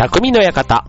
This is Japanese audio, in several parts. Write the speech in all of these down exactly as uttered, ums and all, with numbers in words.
匠の館。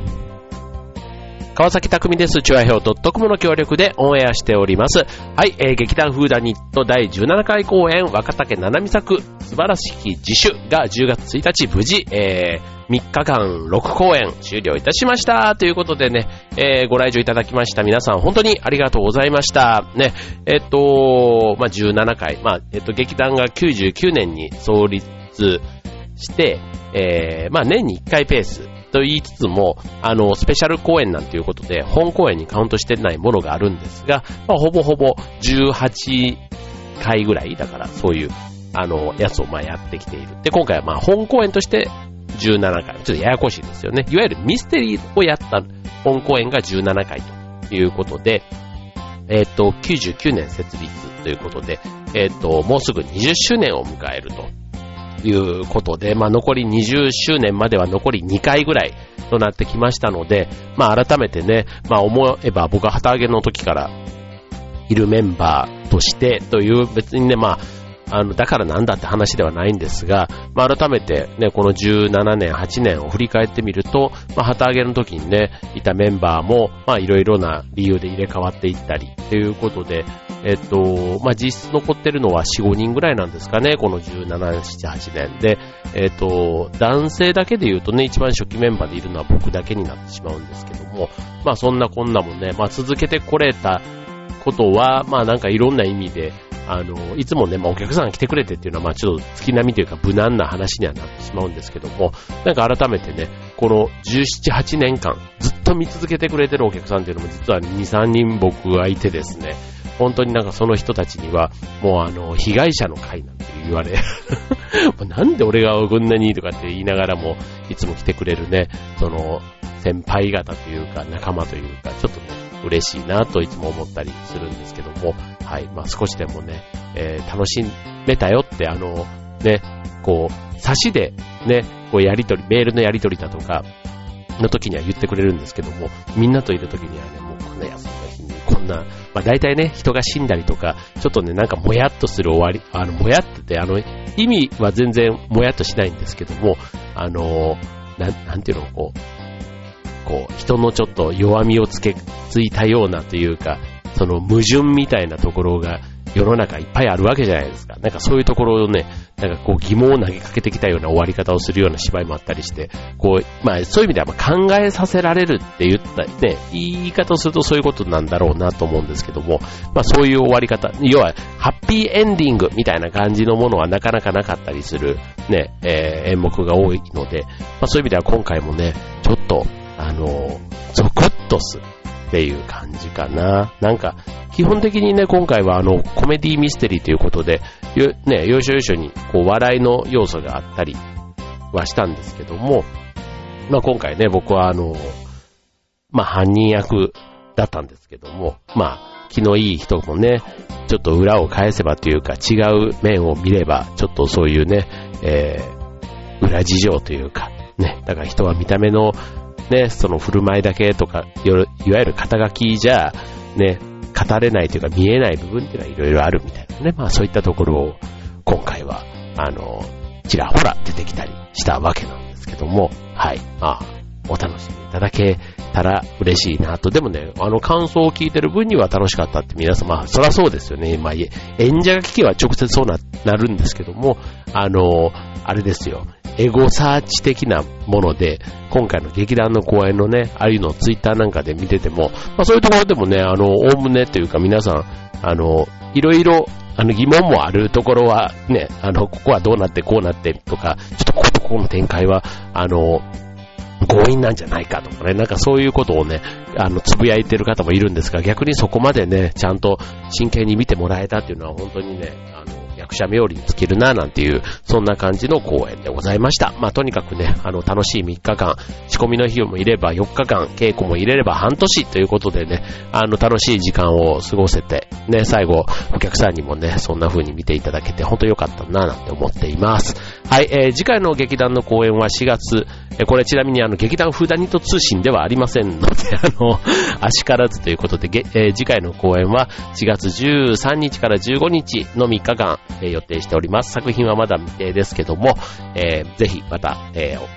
川崎匠です。チュアヘオ .com の協力でオンエアしております。はい、えー、劇団フーダニットだいじゅうななかい公演若竹七海作素晴らしき自主がじゅうがつついたち無事、えー、みっかかんろくこうえん終了いたしましたということでね、えー、ご来場いただきました皆さん本当にありがとうございましたね。えっとまあじゅうななかい、まあえっと劇団がきゅうじゅうきゅうねんに創立して、えー、まあ年にいっかいペースと言いつつも、あの、スペシャル公演なんていうことで、本公演にカウントしてないものがあるんですが、まあ、ほぼほぼじゅうはちかいぐらい、だからそういう、あの、やつをまあやってきている。で、今回はまあ本公演としてじゅうななかい。ちょっとややこしいですよね。いわゆるミステリーをやった本公演がじゅうななかいということで、えっと、きゅうじゅうきゅうねん設立ということで、えっと、もうすぐにじゅっしゅうねんを迎えると。いうことで、まあ残りにじゅっしゅうねんまでは残りにかいぐらいとなってきましたので、まあ改めてね、まあ思えば僕は旗揚げの時からいるメンバーとしてという別にね、まああのだからなんだって話ではないんですが、まあ改めてねこのじゅうななねんはちねんを振り返ってみると、まあ旗揚げの時にねいたメンバーもまあいろいろな理由で入れ替わっていったりということで。えっと、まあ、実質残ってるのはよん、ごにんぐらいなんですかね、このじゅうなな、なな、はちねんで、えっと、男性だけで言うとね、一番初期メンバーでいるのは僕だけになってしまうんですけども、まあ、そんなこんなもね、まあ、続けてこれたことは、まあ、なんかいろんな意味で、あの、いつもね、まあ、お客さんが来てくれてっていうのは、まあ、ちょっと月並みというか無難な話にはなってしまうんですけども、なんか改めてね、このじゅうなな、はちねんかん、ずっと見続けてくれてるお客さんっていうのも実はに、さんにん僕がいてですね、本当になんかその人たちには、もうあの、被害者の会なんて言われ、なんで俺がこんなにとかって言いながらも、いつも来てくれるね、その、先輩方というか仲間というか、ちょっとね、嬉しいなといつも思ったりするんですけども、はい、まあ少しでもね、えー、楽しめたよってあの、ね、こう、差しでね、こうやりとり、メールのやりとりだとか、の時には言ってくれるんですけども、みんなといる時にはね、もうこんな休みの日にこんな、まあ大体ね、人が死んだりとか、ちょっとね、なんかもやっとする終わり、あの、もやってて、あの、意味は全然もやっとしないんですけども、あの、なん、なんていうの、こう、こう、人のちょっと弱みをつけ、ついたようなというか、その矛盾みたいなところが世の中いっぱいあるわけじゃないですか。なんかそういうところをね、なんかこう疑問を投げかけてきたような終わり方をするような芝居もあったりして、こう、まあそういう意味ではまあ考えさせられるって言ったね、言い方をするとそういうことなんだろうなと思うんですけども、まあそういう終わり方、要はハッピーエンディングみたいな感じのものはなかなかなかったりするね、えー、演目が多いので、まあそういう意味では今回もね、ちょっと、あのー、ゾクッとするっていう感じかな。なんか、基本的にね、今回はあの、コメディミステリーということで、よ、ね、要所要所に、こう、笑いの要素があったりはしたんですけども、まあ今回ね、僕はあの、まあ犯人役だったんですけども、まあ、気のいい人もね、ちょっと裏を返せばというか、違う面を見れば、ちょっとそういうね、えー、裏事情というか、ね、だから人は見た目の、ね、その振る舞いだけとか、いわゆる肩書きじゃ、ね、語れないというか見えない部分っていうのはいろいろあるみたいなね。まあそういったところを今回は、あの、ちらほら出てきたりしたわけなんですけども、はい。まあ、お楽しみいただけたら嬉しいなと。でもね、あの感想を聞いてる分には楽しかったって皆さん、まあそりゃそうですよね。まあ演者が聞けば直接そうな、なるんですけども、あの、あれですよ。エゴサーチ的なもので、今回の劇団の公演のね、ああいうのをツイッターなんかで見てても、まあそういうところでもね、あの、おおむねというか皆さん、あの、いろいろ、あの疑問もあるところはね、あの、ここはどうなってこうなってとか、ちょっとこことここの展開は、あの、強引なんじゃないかとかね、なんかそういうことをね、あの、つぶやいてる方もいるんですが、逆にそこまでね、ちゃんと真剣に見てもらえたっていうのは本当にね、あの、役者冥利に尽きるななんていう、そんな感じの公演でございました。まあとにかくね、あの楽しいみっかかん、仕込みの日もいればよっかかん、稽古も入れれば半年ということでね、あの楽しい時間を過ごせて、ね、最後お客さんにもね、そんな風に見ていただけて本当良かったななんて思っています。はい、えー、次回の劇団の公演はしがつ、えー、これちなみにあの劇団フーダニット通信ではありませんので、あの、あしからずということで、えー、次回の公演はしがつじゅうさんにちからじゅうごにちのみっかかん、えー、予定しております。作品はまだ未定ですけども、えー、ぜひまた、えー、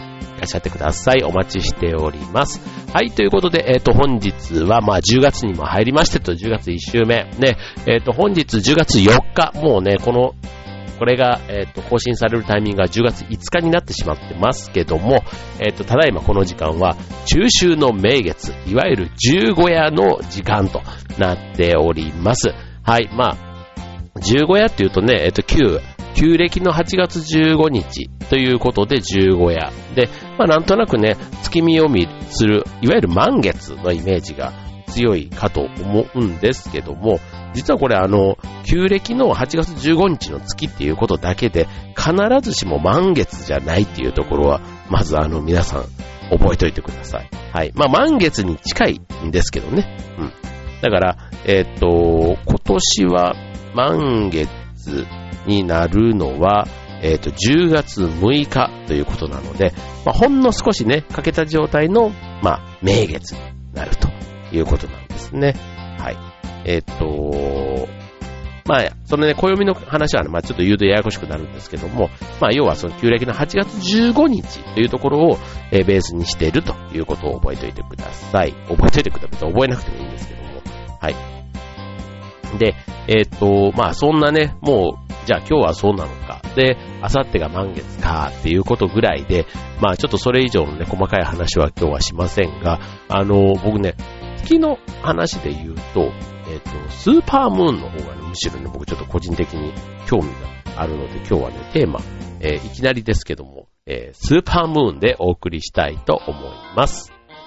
らっしゃってください。お待ちしております。はい、ということで、えっと、本日は、まあ、じゅうがつにも入りましてと、じゅうがついっしゅうめ。ね、えっと、本日じゅうがつよっか、もうね、この、これが、えっと、更新されるタイミングがじゅうがついつかになってしまってますけども、えっと、ただいまこの時間は、中秋の名月、いわゆる十五夜の時間となっております。はい、まあ、十五夜っていうとね、えっと、旧、旧暦のはちがつじゅうごにちということで十五夜。で、まあなんとなくね、月見を見する、いわゆる満月のイメージが強いかと思うんですけども、実はこれあの、旧暦のはちがつじゅうごにちの月っていうことだけで、必ずしも満月じゃないっていうところは、まずあの皆さん覚えておいてください。はい。まあ満月に近いんですけどね。うん。だから、えっと、今年は満月になるのは、えっと、じゅうがつむいかということなので、まあ、ほんの少しね、欠けた状態の、まあ、名月になるということなんですね。はい。えっと、まあ、そのね、暦の話はね、まあ、ちょっと言うとややこしくなるんですけども、まあ、要はその旧暦のはちがつじゅうごにちというところを、えー、ベースにしているということを覚えておいてください。覚えておいてください。覚えなくてもいいんですけども。はい。で、えっと、まあ、そんなね、もう、じゃあ今日はそうなのか。で、あさってが満月かっていうことぐらいで、まあちょっとそれ以上のね、細かい話は今日はしませんが、あの、僕ね、月の話で言うと、えっと、スーパームーンの方がね、むしろね、僕ちょっと個人的に興味があるので、今日はね、テーマ、えー、いきなりですけども、えー、スーパームーンでお送りしたいと思います。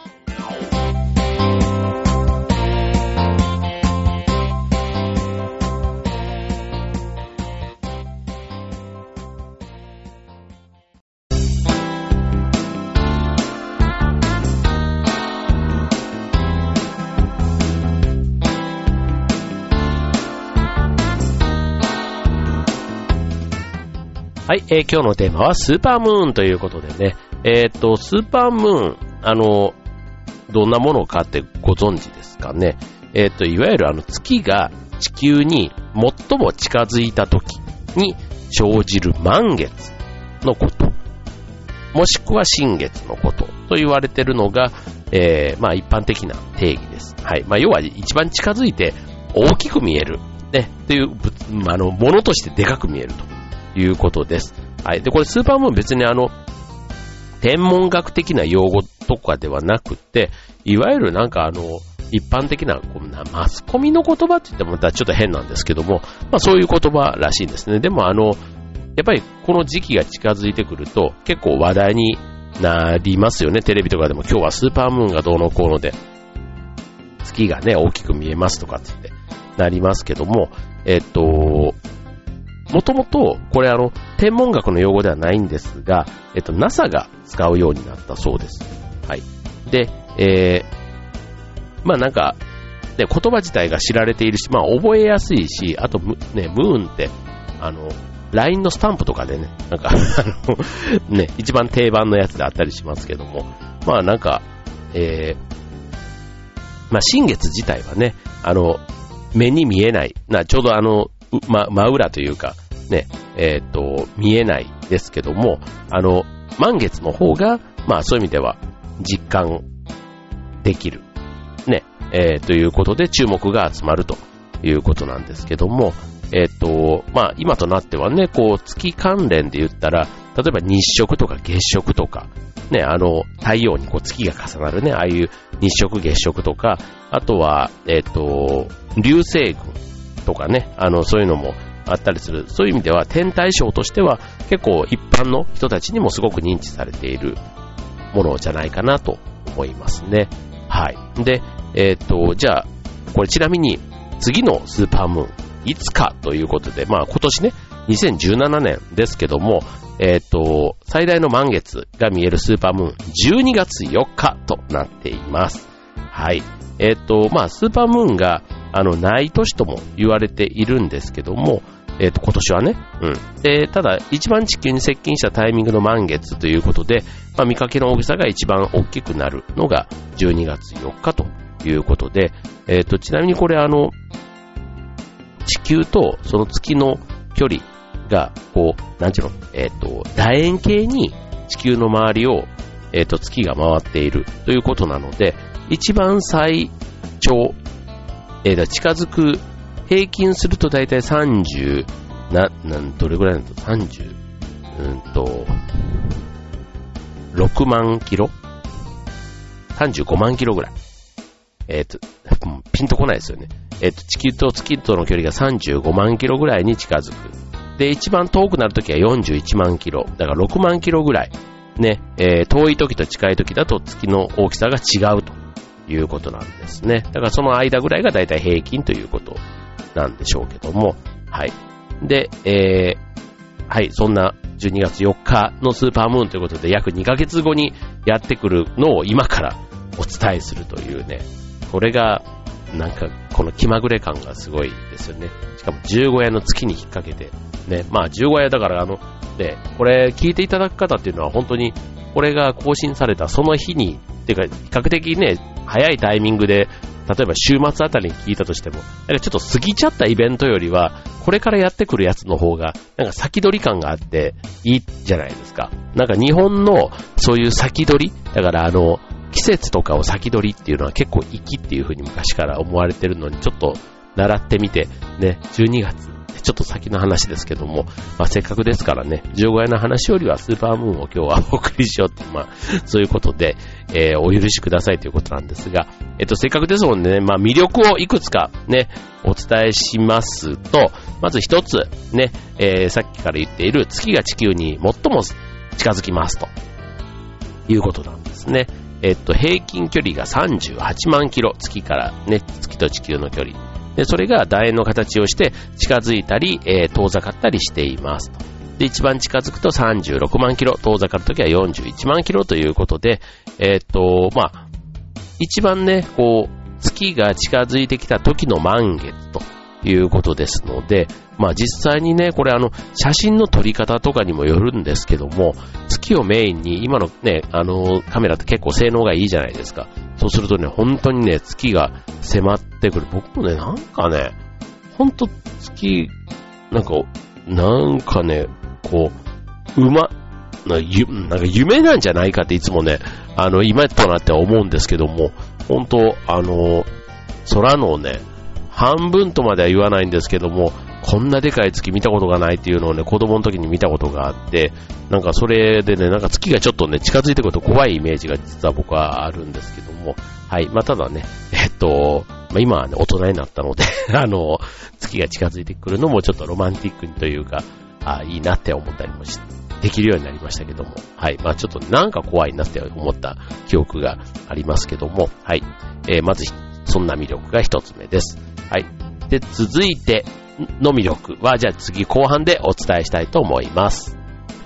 はい、えー、今日のテーマはスーパームーンということでね、えー、っと、スーパームーン、あの、どんなものかってご存知ですかね。えー、っと、いわゆるあの月が地球に最も近づいた時に生じる満月のこと、もしくは新月のことと言われているのが、えー、まあ一般的な定義です。はい。まあ要は一番近づいて大きく見える、ね、という、あの、ものとしてでかく見えると。いうことです。はい。で、これスーパームーン別にあの、天文学的な用語とかではなくて、いわゆるなんかあの、一般的な、こんなマスコミの言葉って言ってもまたちょっと変なんですけども、まあそういう言葉らしいんですね。でもあの、やっぱりこの時期が近づいてくると結構話題になりますよね。テレビとかでも今日はスーパームーンがどうのこうので、月がね、大きく見えますとかって言ってなりますけども、えっと、もともと、これあの、天文学の用語ではないんですが、えっと、ナサ が使うようになったそうです。はい。で、えー、まあなんか、ね、言葉自体が知られているし、まあ覚えやすいし、あと、ね、ムーンって、あの、ライン のスタンプとかでね、なんか、あの、ね、一番定番のやつであったりしますけども、まあなんか、えー、まあ新月自体はね、あの、目に見えない、な、ちょうどあの、ま、真裏というか、ね、えっと、見えないですけども、あの、満月の方が、まあそういう意味では実感できる。ね、えー、ということで注目が集まるということなんですけども、えっと、まあ今となってはね、こう月関連で言ったら、例えば日食とか月食とか、ね、あの、太陽にこう月が重なるね、ああいう日食月食とか、あとは、えっと、流星群とかね、あの、そういうのもあったりする。そういう意味では天体ショーとしては結構一般の人たちにもすごく認知されているものじゃないかなと思いますね。はい。で、えっと、じゃあ、これちなみに次のスーパームーン、いつかということで、まあ今年ね、にせんじゅうななねんですけども、えっと、最大の満月が見えるスーパームーン、じゅうにがつよっかとなっています。はい。えっと、まあスーパームーンがあの、ない年とも言われているんですけども、えっと、今年はね、うん。で、ただ、一番地球に接近したタイミングの満月ということで、まあ、見かけの大きさが一番大きくなるのがじゅうにがつよっかということで、えっと、ちなみにこれあの、地球とその月の距離が、こう、なんていうの、えっと、楕円形に地球の周りをえっと、月が回っているということなので、一番最長、えー、近づく、平均するとだいたいさんじゅう、な、なん、どれぐらいだとさんじゅう、うんと、ろくまんキロ ?さんじゅうごまんキロぐらい。えっと、ピンとこないですよね。えっと、地球と月との距離がさんじゅうごまんキロぐらいに近づく。で、一番遠くなるときはよんじゅういちまんキロ。だからろくまんキロぐらい。ね、えー、遠いときと近いときだと月の大きさが違うということなんですね。だからその間ぐらいがだいたい平均ということなんでしょうけども。はい。で、えー、はい、そんなじゅうにがつよっかのスーパームーンということで約にかげつごにやってくるのを今からお伝えするというね。これが、なんか、この気まぐれ感がすごいですよね。しかも十五夜の月に引っ掛けて、ね、まあ十五夜だからあの、ね、これ聞いていただく方っていうのは本当に、これが更新されたその日に、っていうか、比較的ね、早いタイミングで、例えば週末あたりに聞いたとしても、なんかちょっと過ぎちゃったイベントよりは、これからやってくるやつの方が、なんか先取り感があっていいじゃないですか。なんか日本のそういう先取り、だからあの、季節とかを先取りっていうのは結構粋っていう風に昔から思われてるのにちょっと習ってみて、ね、じゅうにがつ、ちょっと先の話ですけども、まあせっかくですからね、じゅうご夜の話よりはスーパームーンを今日はお送りしようって、まあそういうことで、えー、お許しくださいということなんですが、えっとせっかくですもんね、まあ魅力をいくつかね、お伝えしますと、まず一つね、えー、さっきから言っている月が地球に最も近づきますということなんですね。えっと、平均距離がさんじゅうはちまんキロ、月からね、月と地球の距離。で、それが楕円の形をして近づいたり、えー、遠ざかったりしていますと。で、一番近づくとさんじゅうろくまんキロ、遠ざかるときはよんじゅういちまんキロということで、えっと、まあ、一番ね、こう、月が近づいてきた時の満月ということですので、まあ実際にね、これあの、写真の撮り方とかにもよるんですけども、月をメインに、今のね、あの、カメラって結構性能がいいじゃないですか。そうするとね、本当にね、月が迫ってくる。僕もね、なんかね、本当月、なんか、なんかね、こう、うま、な、ゆ、なんか夢なんじゃないかっていつもね、あの、今となっては思うんですけども、本当あの、空のね、半分とまでは言わないんですけども、こんなでかい月見たことがないっていうのをね、子供の時に見たことがあって、なんかそれでね、なんか月がちょっとね、近づいてくると怖いイメージが実は僕はあるんですけども、はい。まあ、ただね、えっと、まあ、今はね、大人になったので、あの、月が近づいてくるのもちょっとロマンティックにというか、あ、いいなって思ったりもし、できるようになりましたけども、はい。まあ、ちょっとなんか怖いなって思った記憶がありますけども、はい。えー、まず、そんな魅力が一つ目です。はい。で、続いての魅力は、じゃあ次後半でお伝えしたいと思います。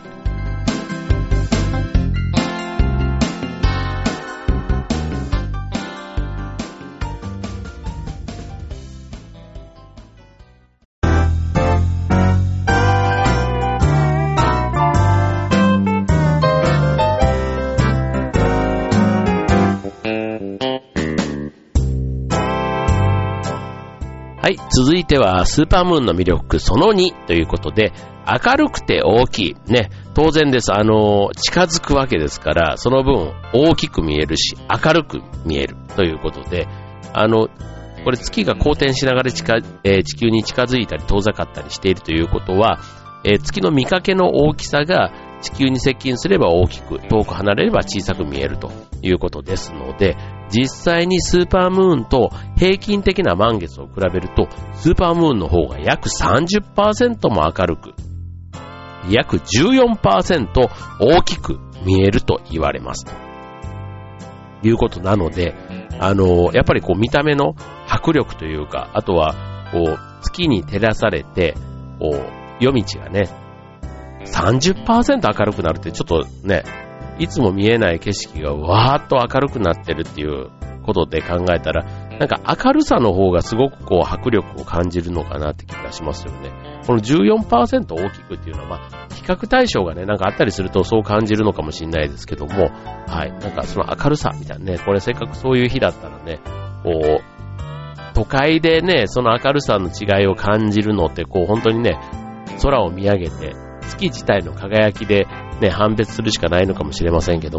はい、続いてはスーパームーンの魅力そのにということで、明るくて大きい。ね、当然です。あの、近づくわけですから、その分大きく見えるし、明るく見えるということで、あの、これ月が公転しながら近、えー、地球に近づいたり遠ざかったりしているということは、えー、月の見かけの大きさが地球に接近すれば大きく、遠く離れれば小さく見えるということですので、実際にスーパームーンと平均的な満月を比べると、スーパームーンの方が約 さんじゅっパーセント も明るく、約 じゅうよんパーセント 大きく見えると言われます。ということなので、あの、やっぱりこう見た目の迫力というか、あとはこう月に照らされて、こう夜道がね、さんじゅっパーセント 明るくなるってちょっとね、いつも見えない景色がわーっと明るくなってるっていうことで考えたら、なんか明るさの方がすごくこう迫力を感じるのかなって気がしますよね。この じゅうよんパーセント 大きくっていうのは、まあ、比較対象がね、なんかあったりするとそう感じるのかもしれないですけども、はい。なんかその明るさみたいなね、これせっかくそういう日だったらね、こう、都会でね、その明るさの違いを感じるのって、こう本当にね、空を見上げて、月自体の輝きでね、判別するしかないのかもしれませんけども、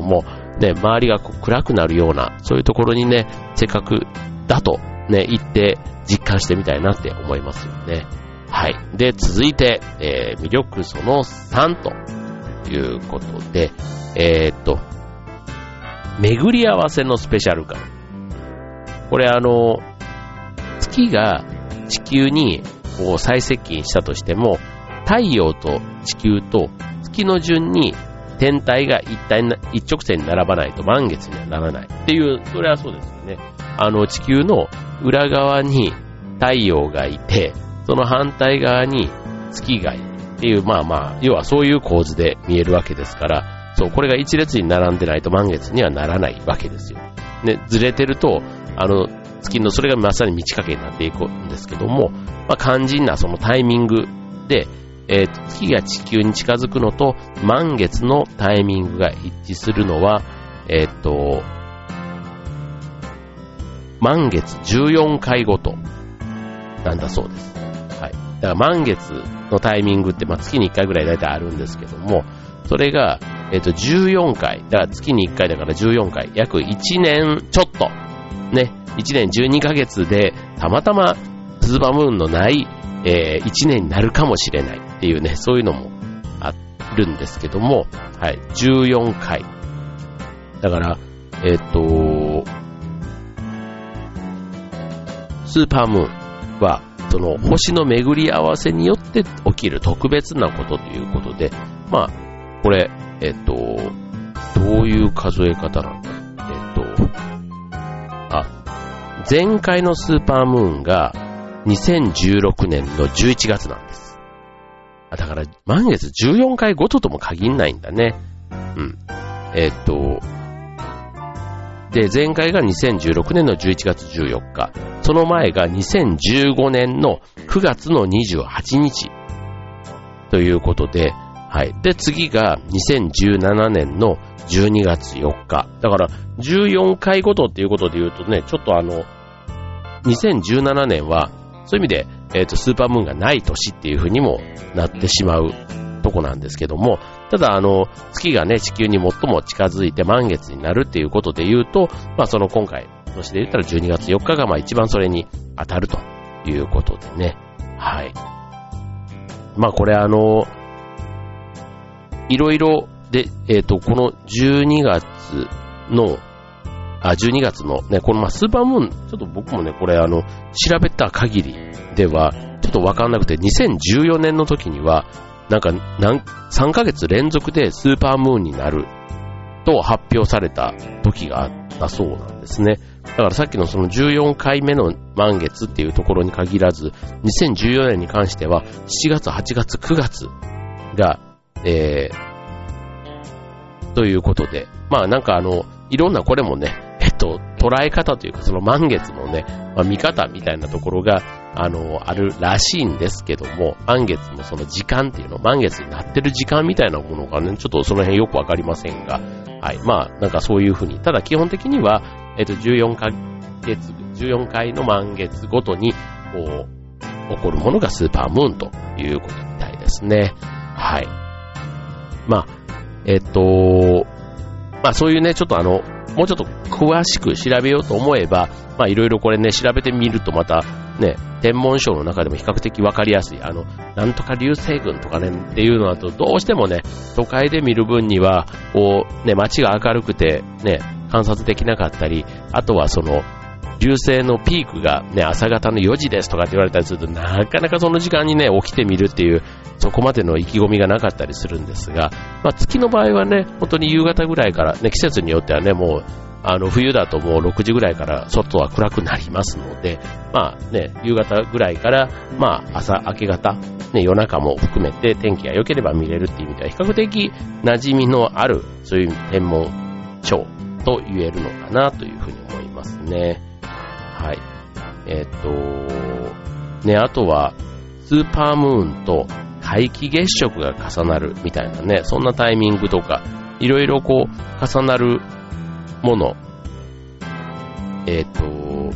ね、周りがこう暗くなるような、そういうところにね、せっかくだとね、行って実感してみたいなって思いますよね。はい。で、続いて、えー、魅力そのさんということで、えー、っと、巡り合わせのスペシャル感。これあの、月が地球にこう最接近したとしても、太陽と地球と月の順に天体が一体な一直線に並ばないと満月にはならないっていう、それはそうですよね。あの地球の裏側に太陽がいて、その反対側に月がいるっていう、まあまあ、要はそういう構図で見えるわけですから、そう、これが一列に並んでないと満月にはならないわけですよ。ね、ずれてると、あの、月のそれがまさに満ち欠けになっていくんですけども、まあ肝心なそのタイミングで、えー、月が地球に近づくのと満月のタイミングが一致するのは、えっと、満月じゅうよんかいごとなんだそうです。はい。だから満月のタイミングって、まあ、月にいっかいぐらいだいたいあるんですけども、それが、えっと、じゅうよんかい、だから月にいっかいだからじゅうよんかい、約いちねんちょっと、ね、いちねんじゅうにかげつで、たまたまスーパームーンのない、えー、いちねんになるかもしれないっていうね、そういうのもあるんですけども、はい、じゅうよんかい。だから、えっと、スーパームーンは、その星の巡り合わせによって起きる特別なことということで、まあ、これ、えっと、どういう数え方なんだろう。えっと、あ、前回のスーパームーンがにせんじゅうろくねんのじゅういちがつなんです。だから満月じゅうよんかいごととも限んないんだね。うん。えっと、で、前回がにせんじゅうろくねんのじゅういちがつじゅうよっか。その前がにせんじゅうごねんのくがつのにじゅうはちにち。ということで、はい。で、次がにせんじゅうななねんのじゅうにがつよっか。だから、じゅうよんかいごとっていうことで言うとね、ちょっとあの、にせんじゅうななねんは、そういう意味で、えっと、スーパームーンがない年っていう風にもなってしまうとこなんですけども、ただあの、月がね、地球に最も近づいて満月になるっていうことで言うと、まあその今回、年で言ったらじゅうにがつよっかがまあ一番それに当たるということでね。はい。まあこれあの、いろいろで、えっと、このじゅうにがつの、あ、じゅうにがつのね、このまあスーパームーン、ちょっと僕もね、これあの、調べた限りでは、ちょっとわかんなくて、にせんじゅうよねんの時には、なんか、なんさんかげつ連続でスーパームーンになると発表された時があったそうなんですね。だからさっきのそのじゅうよんかいめの満月っていうところに限らず、にせんじゅうよねんに関しては、しちがつ、はちがつ、くがつが、えー、ということで、まあなんかあの、いろんなこれもね、えっと、捉え方というかその満月のね、まあ、見方みたいなところが、あの、あるらしいんですけども、満月のその時間っていうの、満月になってる時間みたいなものがね、ちょっとその辺よくわかりませんが、はい。まあ、なんかそういうふうに、ただ基本的には、えっと、じゅうよんかげつ、じゅうよんかいの満月ごとに、こう、起こるものがスーパームーンということみたいですね。はい。まあ、えっと、まあそういうね、ちょっとあの、もうちょっと詳しく調べようと思えば、まあいろいろこれね、調べてみるとまたね、天文章の中でも比較的わかりやすい、あの、なんとか流星群とかね、っていうのだとどうしてもね、都会で見る分には、こう、ね、街が明るくてね、観察できなかったり、あとはその、流星のピークがね、朝方のよじですとかって言われたりすると、なかなかその時間にね、起きてみるっていう、そこまでの意気込みがなかったりするんですが、まあ月の場合はね、本当に夕方ぐらいからね、季節によってはね、もう、あの、冬だともうろくじぐらいから外は暗くなりますので、まあね、夕方ぐらいから、まあ朝、明け方、ね、夜中も含めて天気が良ければ見れるっていう意味では、比較的馴染みのある、そういう天文章と言えるのかなというふうに思いますね。はい。えっと、ね、あとは、スーパームーンと皆既月食が重なるみたいなね、そんなタイミングとか、いろいろこう、重なるもの、えっと、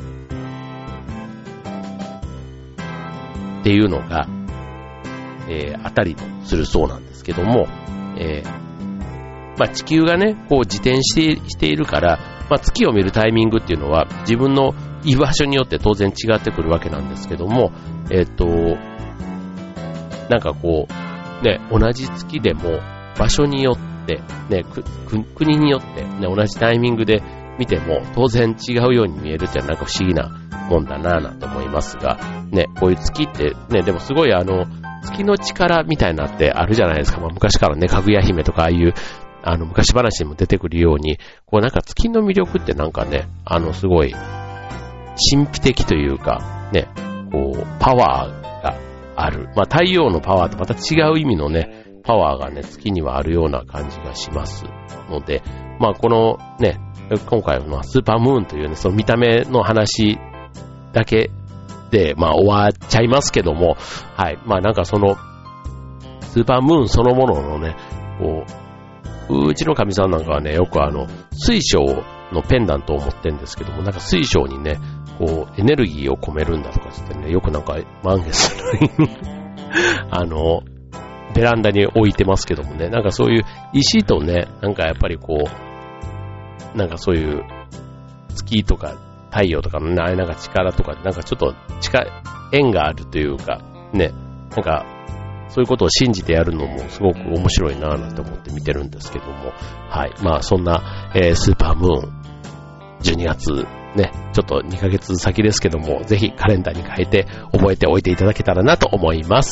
っていうのが、えー、あたりするそうなんですけども、えー、 まあ地球がね、こう自転して、しているから、まあ月を見るタイミングっていうのは自分の居場所によって当然違ってくるわけなんですけども、えっと、なんかこう、ね、同じ月でも場所によって、ね、く、く、国によってね、同じタイミングで見ても当然違うように見えるってなんか不思議なもんだなぁなんて思いますが、ね、こういう月ってね、でもすごいあの、月の力みたいなってあるじゃないですか。まあ、昔からね、かぐや姫とかああいうあの昔話にも出てくるように、こうなんか月の魅力ってなんかね、あのすごい神秘的というかね、こうパワーがある。まあ太陽のパワーとまた違う意味のね、パワーがね、月にはあるような感じがしますので、まあこのね、今回のスーパームーンというね、その見た目の話だけで、まあ終わっちゃいますけども、はい。まあなんかその、スーパームーンそのもののね、こう、うちの神さんなんかはね、よくあの、水晶のペンダントを持ってるんですけども、なんか水晶にね、こう、エネルギーを込めるんだとかつってね、よくなんか満月のあの、ベランダに置いてますけどもね、なんかそういう石とね、なんかやっぱりこう、なんかそういう月とか太陽とかのね、あれなんか力とか、なんかちょっと近縁があるというか、ね、なんかそういうことを信じてやるのもすごく面白いなぁなんて思って見てるんですけども、はい。まあそんな、えー、スーパームーン、じゅうにがつね、ちょっとにかげつ先ですけども、ぜひカレンダーに変えて覚えておいていただけたらなと思います。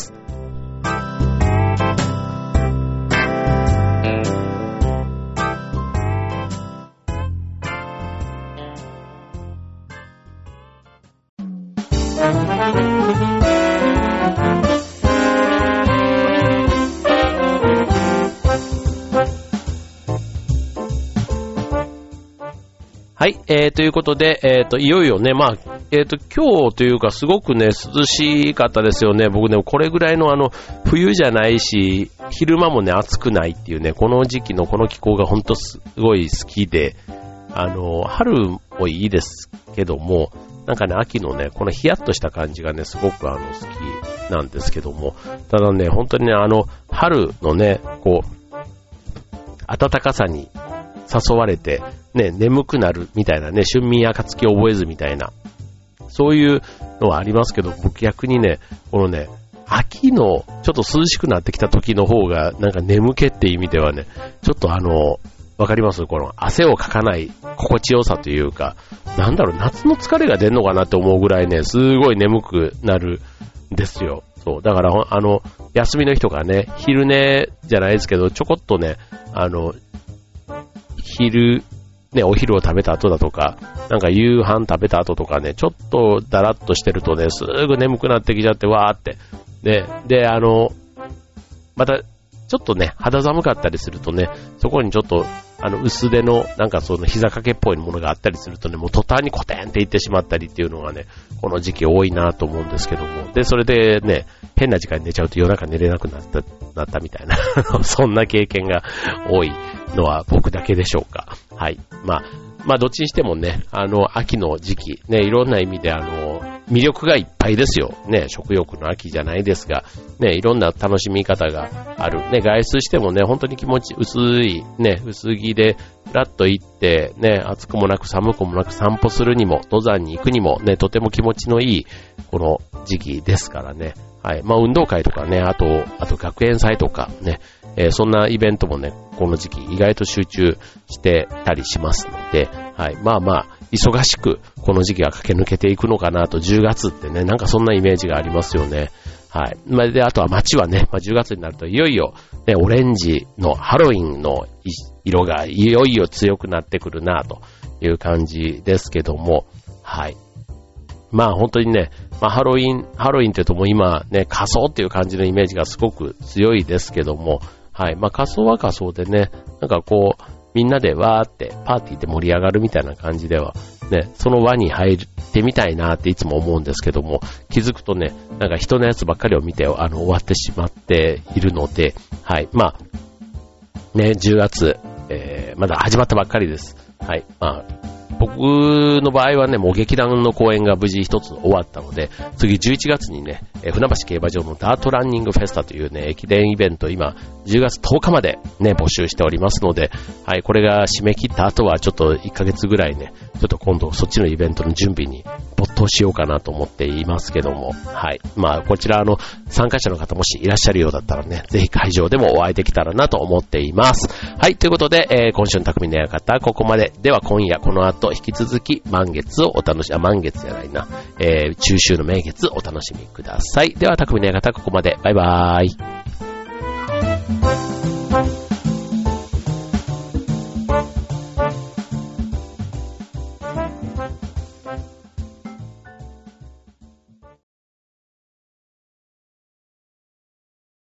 はい、えー、ということで、えーと、いよいよね、まあ、えーと、今日というかすごくね、涼しかったですよね。僕ね、これぐらいのあの、冬じゃないし、昼間もね、暑くないっていうね、この時期のこの気候がほんとすごい好きで、あの、春もいいですけども、なんかね、秋のね、このヒヤッとした感じがね、すごくあの、好きなんですけども、ただね、本当にね、あの、春のね、こう、暖かさに誘われて、ね、眠くなるみたいなね、春眠暁を覚えずみたいな、そういうのはありますけど、僕逆にね、このね、秋のちょっと涼しくなってきた時の方が、なんか眠気っていう意味ではね、ちょっとあの、わかります？この汗をかかない心地よさというか、なんだろう、夏の疲れが出んのかなって思うぐらいね、すごい眠くなるんですよ。そう。だから、あの、休みの日とかね、昼寝じゃないですけど、ちょこっとね、あの、昼、ね、お昼を食べた後だとか、なんか夕飯食べた後とかね、ちょっとだらっとしてるとね、すぐ眠くなってきちゃって、わーって。で、で、あの、また、ちょっとね、肌寒かったりするとね、そこにちょっと、あの、薄手の、なんかその膝掛けっぽいものがあったりするとね、もう途端にコテンっていってしまったりっていうのがね、この時期多いなと思うんですけども。で、それでね、変な時間に寝ちゃうと夜中寝れなくなった、なったみたいな、そんな経験が多いのは僕だけでしょうか。はい。まあ、まあ、どっちにしてもね、あの、秋の時期、ね、いろんな意味であの、魅力がいっぱいですよ。ね、食欲の秋じゃないですが、ね、いろんな楽しみ方がある。ね、外出してもね、本当に気持ち薄い、ね、薄着で、ふらっと行って、ね、暑くもなく寒くもなく散歩するにも、登山に行くにも、ね、とても気持ちのいい、この時期ですからね。はい。まあ、運動会とかね、あと、あと学園祭とかね、えー、そんなイベントもね、この時期意外と集中してたりしますので、はい。まあまあ、忙しくこの時期は駆け抜けていくのかなと、じゅうがつってね、なんかそんなイメージがありますよね。はい。まあ、で、あとは街はね、まあ、じゅうがつになるといよいよ、ね、オレンジのハロウィンの色がいよいよ強くなってくるなという感じですけども、はい。まあ本当にね、まあハロウィン、ハロウィンというともう今ね、仮装っていう感じのイメージがすごく強いですけども、はい。まあ仮装は仮装でね、なんかこう、みんなでわーってパーティーで盛り上がるみたいな感じでは、ね、その輪に入ってみたいなっていつも思うんですけども、気づくとね、なんか人のやつばっかりを見て、あの、終わってしまっているので、はい。まあ、ね、じゅうがつ、えー、まだ始まったばっかりです。はい。まあ、 僕の場合はね、もう劇団の公演が無事一つ終わったので、次じゅういちがつにね、船橋競馬場のダートランニングフェスタというね、駅伝イベント、今、じゅうがつとおかまでね、募集しておりますので、はい、これが締め切った後はちょっといっかげつぐらいね、ちょっと今度そっちのイベントの準備に没頭しようかなと思っていますけども、はい。まあ、こちらあの、参加者の方もしいらっしゃるようだったらね、ぜひ会場でもお会いできたらなと思っています。はい、ということで、えー、今週の匠の館、ここまで。では今夜、この後、引き続き、満月をお楽しみ、あ、満月じゃないな、えー、中秋の名月お楽しみください。では、匠の館、ここまで。バイバーイ。